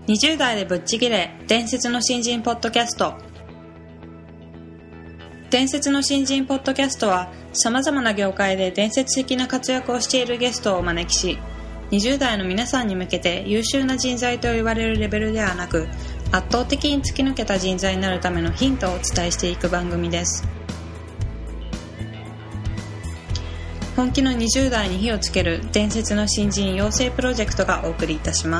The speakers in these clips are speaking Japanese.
20代でぶっちぎれ伝説の新人ポッドキャスト。伝説の新人ポッドキャストはさまざまな業界で伝説的な活躍をしているゲストをお招きし、20代の皆さんに向けて優秀な人材と言われるレベルではなく、圧倒的に突き抜けた人材になるためのヒントをお伝えしていく番組です。本気の20代に火をつける伝説の新人養成プロジェクトがお送りいたします。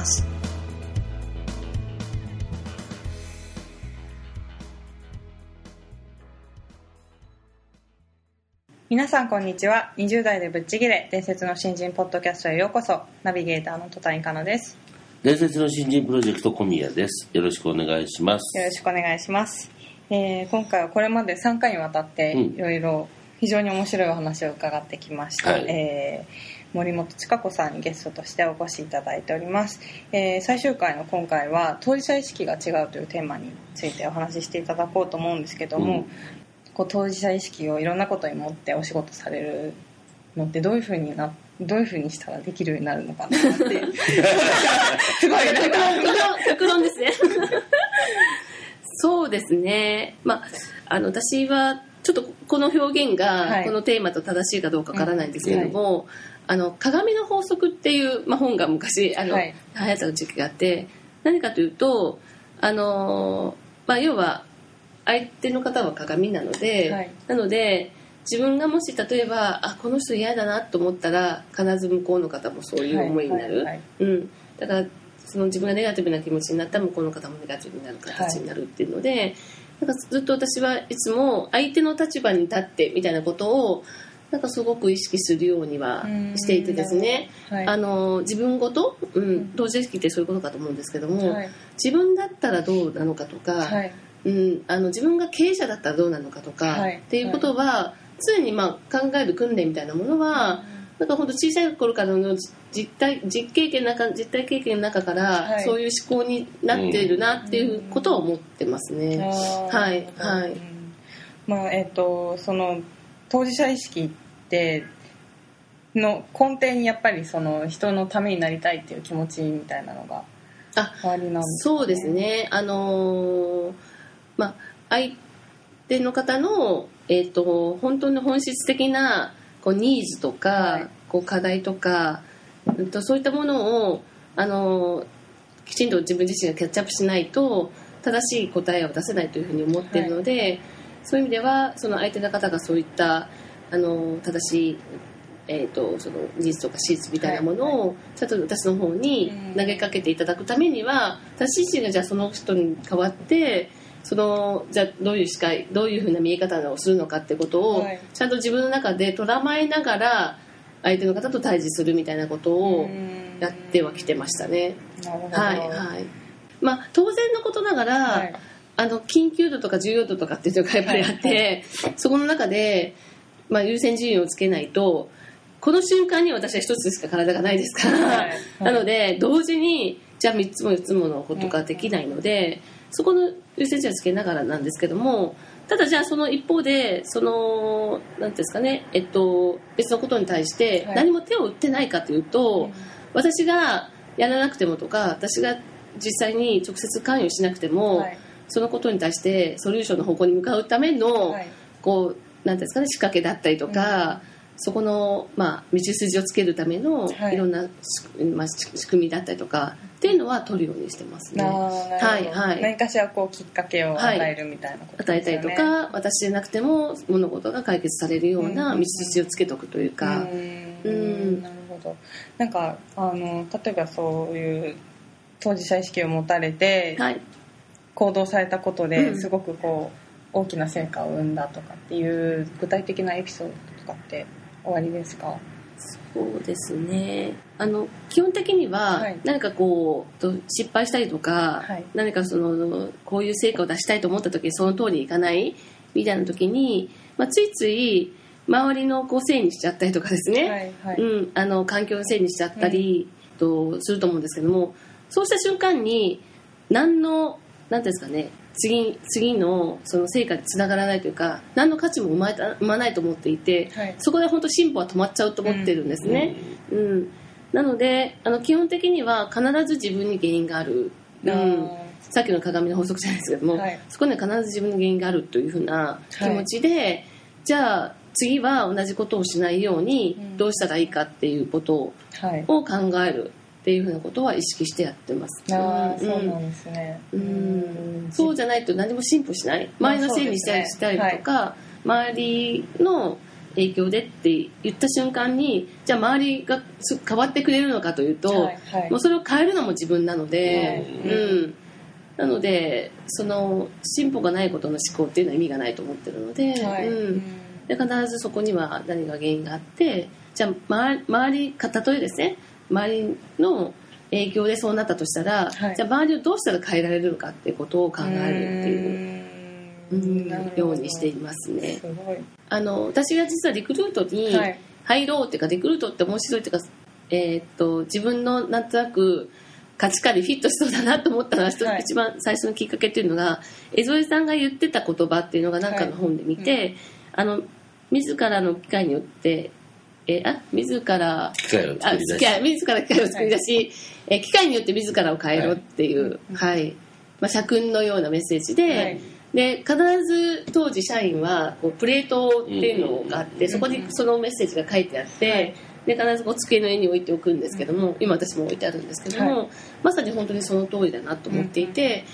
皆さんこんにちは。20代でぶっちぎれ伝説の新人ポッドキャストへようこそ。ナビゲーターの戸谷香奈です。 伝説の新人プロジェクト小宮です。よろしくお願いします。 よろしくお願いします。今回はこれまで3回にわたっていろいろ非常に面白いお話を伺ってきました、森本千佳子さんにゲストとしてお越しいただいております。最終回の今回は当事者意識が違うというテーマについてお話ししていただこうと思うんですけども、こう当事者意識をいろんなことに持ってお仕事されるのってどういうふうにしたらできるようになるのかなってすごい極論ですねそうですね、私はちょっとこの表現がこのテーマと正しいかどうかわからないんですけれども、鏡の法則っていう、本が昔流行った時期があって、何かというと要は相手の方は鏡なので、自分がもし例えばこの人嫌だなと思ったら必ず向こうの方もそういう思いになる、だからその自分がネガティブな気持ちになったら向こうの方もネガティブになる形になるっていうので、なんかずっと私はいつも相手の立場に立ってみたいなことをなんかすごく意識するようにはしていてですね、自分ごと、当事者意識ってそういうことかと思うんですけども、自分だったらどうなのかとか、自分が経営者だったらどうなのかとか、っていうことは常に考える訓練みたいなものは、なんか本当小さい頃からの実体経験の中から、そういう思考になっているなっていうことは思ってますね。 その当事者意識っての根底にやっぱりその人のためになりたいっていう気持ちみたいなのがおありなんですかね。 そうですね。相手の方の、本当に本質的なニーズとか、課題とか、そういったものをきちんと自分自身がキャッチアップしないと正しい答えを出せないというふうに思っているので、そういう意味ではその相手の方がそういった正しい、その事実とか史実みたいなものをちゃんと私の方に投げかけていただくためには、私自身がじゃあその人に代わってじゃあどういうふうな見え方をするのかってことを、ちゃんと自分の中で捉まえながら相手の方と対峙するみたいなことをやってはきてましたね。 なるほど。 当然のことながら、緊急度とか重要度とかっていうのがやっぱりあって、そこの中で、優先順位をつけないと、この瞬間に私は一つしか体がないですから、なので同時にじゃあ3つも4つものことができないので、そこの優先順位をつけながらなんですけども、ただじゃあその一方でなんていうんですかね、別のことに対して何も手を打ってないかというと、私がやらなくてもとか、私が実際に直接関与しなくても、そのことに対してソリューションの方向に向かうための、なんていうんですかね、仕掛けだったりとか、そこの、道筋をつけるためのいろんな、仕組みだったりとかっていうのは取るようにしてますね。 何かしらきっかけを与えるみたいなことですよね。 与えたりとか、私じゃなくても物事が解決されるような道筋をつけておくというか。なるほど。なんか例えばそういう当事者意識を持たれて、行動されたことですごく大きな成果を生んだとかっていう具体的なエピソードとかって終わりですか？ そうですね。基本的には何か失敗したりとか、何かこういう成果を出したいと思った時にその通りいかないみたいな時に、ついつい周りのせいにしちゃったりとかですね、環境のせいにしちゃったりすると思うんですけども、そうした瞬間に何のなんていうんですかね、次のその成果につながらないというか、何の価値も生まないと思っていて、そこで本当進歩は止まっちゃうと思ってるんですね。なので基本的には必ず自分に原因があるさっきの鏡の法則じゃないですけども、そこには必ず自分の原因があるというふうな気持ちで、じゃあ次は同じことをしないようにどうしたらいいかっていうことを考えるっていうふうなことは意識してやってます。 そうなんですね。 そうじゃないと何も進歩しない。周りのせいにしたりとか、周りの影響でって言った瞬間に、じゃあ周りが変わってくれるのかというと、もうそれを変えるのも自分なので、なのでその進歩がないことの思考っていうのは意味がないと思ってるので、で必ずそこには何が原因があって、じゃあ周りかたとえですね、周りの影響でそうなったとしたら、じゃあ周りをどうしたら変えられるのかっていうことを考えるっていうようにしていますね。 すごい。 私が実はリクルートに入ろうっていうか、リクルートって面白いっていうか、自分のなんとなく価値観にフィットしそうだなと思ったのは、一番最初のきっかけっていうのが、江添さんが言ってた言葉っていうのが何かの本で見て、自らの機会によって自ら機械を作り出し、機械によって自らを変えろっていう、社訓のようなメッセージで、で必ず当時社員はこうプレートっていうのがあって、そこにそのメッセージが書いてあって、で必ずこう机の上に置いておくんですけども、今私も置いてあるんですけども、まさに本当にその通りだなと思っていて、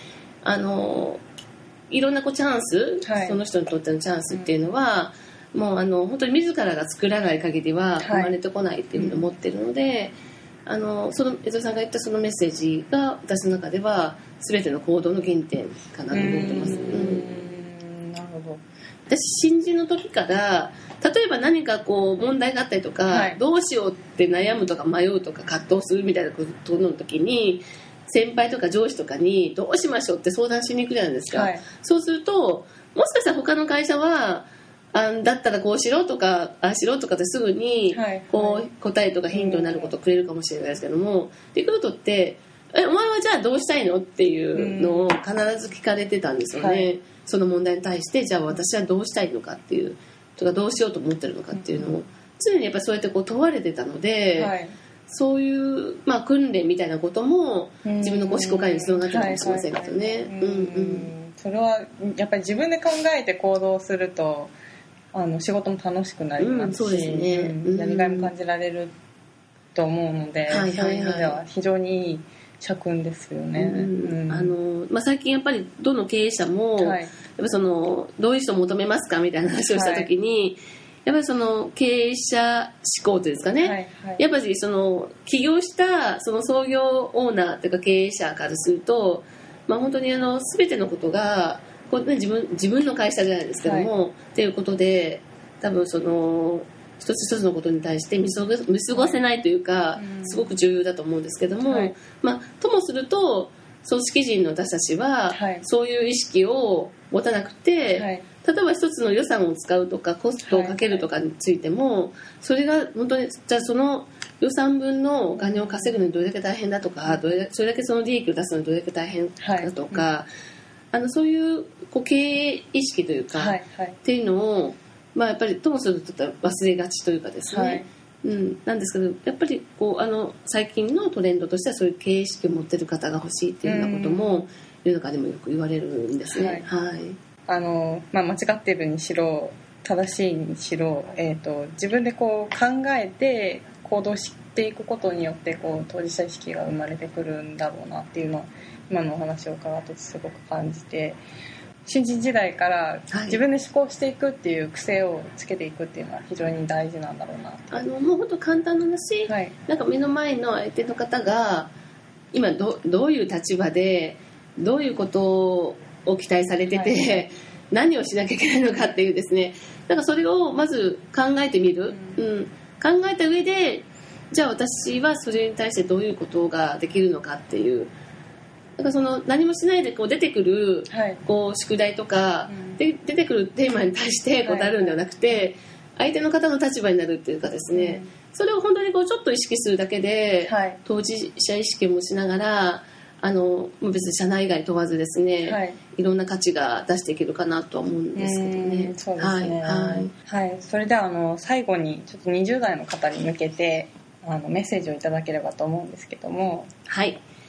いろんなこうチャンス、その人にとってのチャンスっていうのは、もう本当に自らが作らない限りは生まれてこないっていうふうに思ってるので、その江戸さんが言ったそのメッセージが私の中では全ての行動の原点かなと思ってます。 なるほど。 私新人の時から例えば何かこう問題があったりとか、どうしようって悩むとか迷うとか葛藤するみたいなことの時に、先輩とか上司とかにどうしましょうって相談しに行くじゃないですか。そうするともしかしたら他の会社はだったらこうしろとかああしろとかってすぐにこう答えとかヒントになることをくれるかもしれないですけども、リクルートってお前はじゃあどうしたいのっていうのを必ず聞かれてたんですよね。その問題に対してじゃあ私はどうしたいのかっていうとか、どうしようと思ってるのかっていうのを常にやっぱりそうやってこう問われてたので、そういう、訓練みたいなことも自分の思考回路につながってるかもしれませんけどね。 それはやっぱり自分で考えて行動すると仕事も楽しくなりますし、やりがいも感じられると思うので、そういう意味では非常にいい社訓ですよね。 最近やっぱりどの経営者も、やっぱそのどういう人を求めますかみたいな話をした時に、やっぱりその経営者志向というんですかね、やっぱりその起業したその創業オーナーというか経営者からすると、本当に全てのことがこう、自分の会社じゃないですけども、っていうことで多分その一つ一つのことに対して見過ごせないというか、すごく重要だと思うんですけども、ともすると組織人の私たちはそういう意識を持たなくて、例えば一つの予算を使うとかコストをかけるとかについても、それが本当にじゃあその予算分のお金を稼ぐのにどれだけ大変だとか、それだけその利益を出すのにどれだけ大変だとか、そういう経営意識というか、っていうのを、やっぱりともすると忘れがちというかですね、なんですけど、やっぱり最近のトレンドとしてはそういう経営意識を持っている方が欲しいっていうようなことも世の中でもよく言われるんですね。 間違ってるにしろ正しいにしろ、自分で考えて行動していくことによって当事者意識が生まれてくるんだろうなっていうのは今のお話を伺ってすごく感じて、新人時代から自分で思考していくっていう癖をつけていくっていうのは非常に大事なんだろうなって。 もう本当簡単な話、なんか目の前の相手の方が今どういう立場でどういうことを期待されてて、何をしなきゃいけないのかっていうですね、だからそれをまず考えてみる、考えた上でじゃあ私はそれに対してどういうことができるのかっていう、だからその何もしないで出てくる宿題とか、で出てくるテーマに対して答えるんではなくて、相手の方の立場になるっていうかですね、それを本当にちょっと意識するだけで、当事者意識を持ちながら別に社内外問わずですね、いろんな価値が出していけるかなとは思うんですけどね。 そうですね。それでは最後にちょっと20代の方に向けてメッセージをいただければと思うんですけども。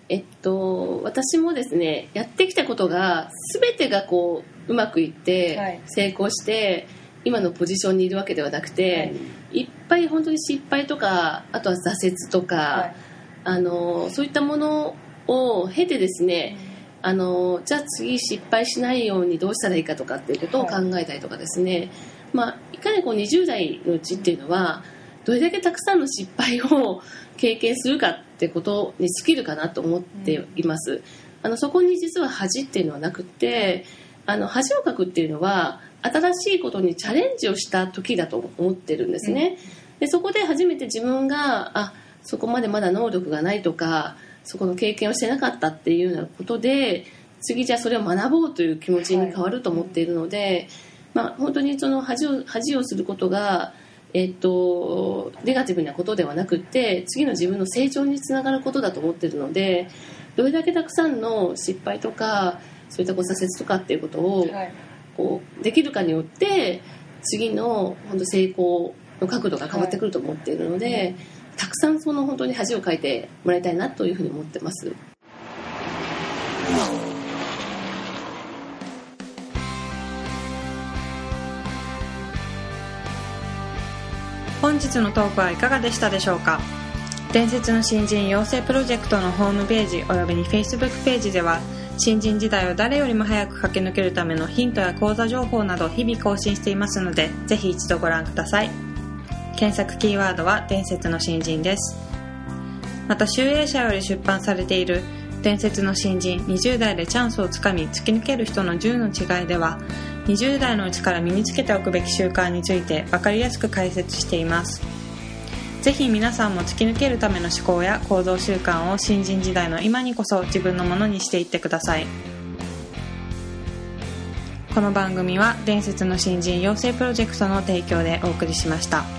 私もですね、やってきたことが全てがこううまくいって成功して今のポジションにいるわけではなくて、いっぱい本当に失敗とか、あとは挫折とか、そういったものを経てですね、じゃあ次失敗しないようにどうしたらいいかとかっていうことを考えたりとかですね、いかにこう20代のうちっていうのはどれだけたくさんの失敗を経験するかってことに尽きるかなと思っています。そこに実は恥っていうのはなくて、恥をかくっていうのは新しいことにチャレンジをした時だと思ってるんですね。でそこで初めて自分がそこまでまだ能力がないとか、そこの経験をしてなかったっていうようなことで、次じゃあそれを学ぼうという気持ちに変わると思っているので、本当にその恥をすることがネガティブなことではなくて、次の自分の成長につながることだと思っているので、どれだけたくさんの失敗とかそういった挫折とかっていうことをこうできるかによって次の本当成功の角度が変わってくると思っているので、たくさんその本当に恥をかいてもらいたいなというふうに思ってます。 本日のトークはいかがでしたでしょうか。伝説の新人養成プロジェクトのホームページおよびに Facebook ページでは、新人時代を誰よりも早く駆け抜けるためのヒントや講座情報など日々更新していますので、ぜひ一度ご覧ください。検索キーワードは伝説の新人です。また集英社より出版されている伝説の新人20代でチャンスをつかみ突き抜ける人の10の違いでは、20代のうちから身につけておくべき習慣について分かりやすく解説しています。ぜひ皆さんも突き抜けるための思考や行動習慣を新人時代の今にこそ自分のものにしていってください。この番組は伝説の新人養成プロジェクトの提供でお送りしました。